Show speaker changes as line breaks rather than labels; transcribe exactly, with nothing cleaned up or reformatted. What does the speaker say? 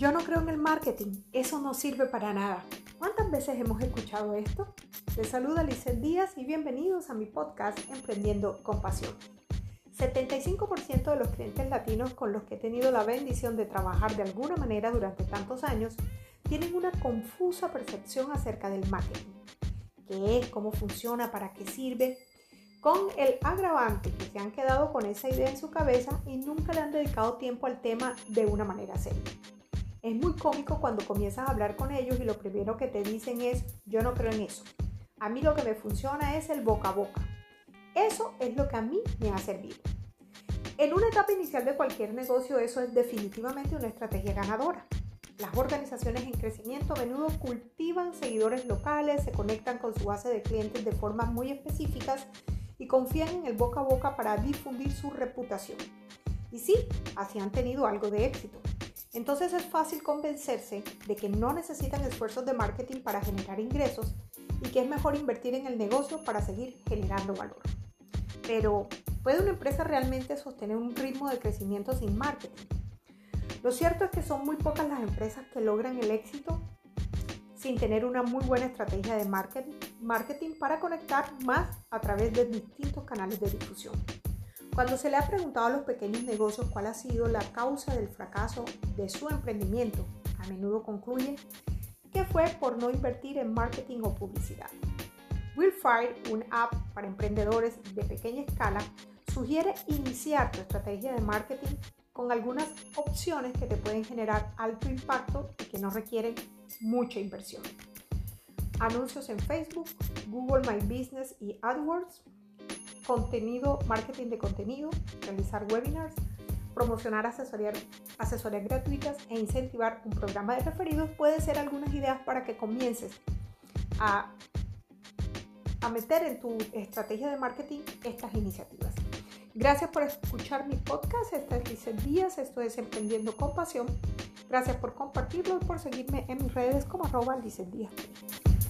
Yo no creo en el marketing, eso no sirve para nada. ¿Cuántas veces hemos escuchado esto? Les saluda Lizeth Díaz y bienvenidos a mi podcast Emprendiendo con Pasión. setenta y cinco por ciento de los clientes latinos con los que he tenido la bendición de trabajar de alguna manera durante tantos años tienen una confusa percepción acerca del marketing. ¿Qué es? ¿Cómo funciona? ¿Para qué sirve? Con el agravante que se han quedado con esa idea en su cabeza y nunca le han dedicado tiempo al tema de una manera seria. Es muy cómico cuando comienzas a hablar con ellos y lo primero que te dicen es: yo no creo en eso. A mí lo que me funciona es el boca a boca. Eso es lo que a mí me ha servido. En una etapa inicial de cualquier negocio, eso es definitivamente una estrategia ganadora. Las organizaciones en crecimiento a menudo cultivan seguidores locales, se conectan con su base de clientes de formas muy específicas y confían en el boca a boca para difundir su reputación. Y sí, así han tenido algo de éxito. Entonces es fácil convencerse de que no necesitan esfuerzos de marketing para generar ingresos y que es mejor invertir en el negocio para seguir generando valor. Pero, ¿puede una empresa realmente sostener un ritmo de crecimiento sin marketing? Lo cierto es que son muy pocas las empresas que logran el éxito sin tener una muy buena estrategia de marketing, marketing para conectar más a través de distintos canales de difusión. Cuando se le ha preguntado a los pequeños negocios cuál ha sido la causa del fracaso de su emprendimiento, a menudo concluyen que fue por no invertir en marketing o publicidad. Willfire, una app para emprendedores de pequeña escala, sugiere iniciar tu estrategia de marketing con algunas opciones que te pueden generar alto impacto y que no requieren mucha inversión. Anuncios en Facebook, Google My Business y AdWords, contenido, marketing de contenido, realizar webinars, promocionar asesorías, asesorías gratuitas e incentivar un programa de referidos pueden ser algunas ideas para que comiences a, a meter en tu estrategia de marketing estas iniciativas. Gracias por escuchar mi podcast. Esta es Lizeth Díaz, esto es Emprendiendo con Pasión. Gracias por compartirlo y por seguirme en mis redes como arroba Lizeth Díaz.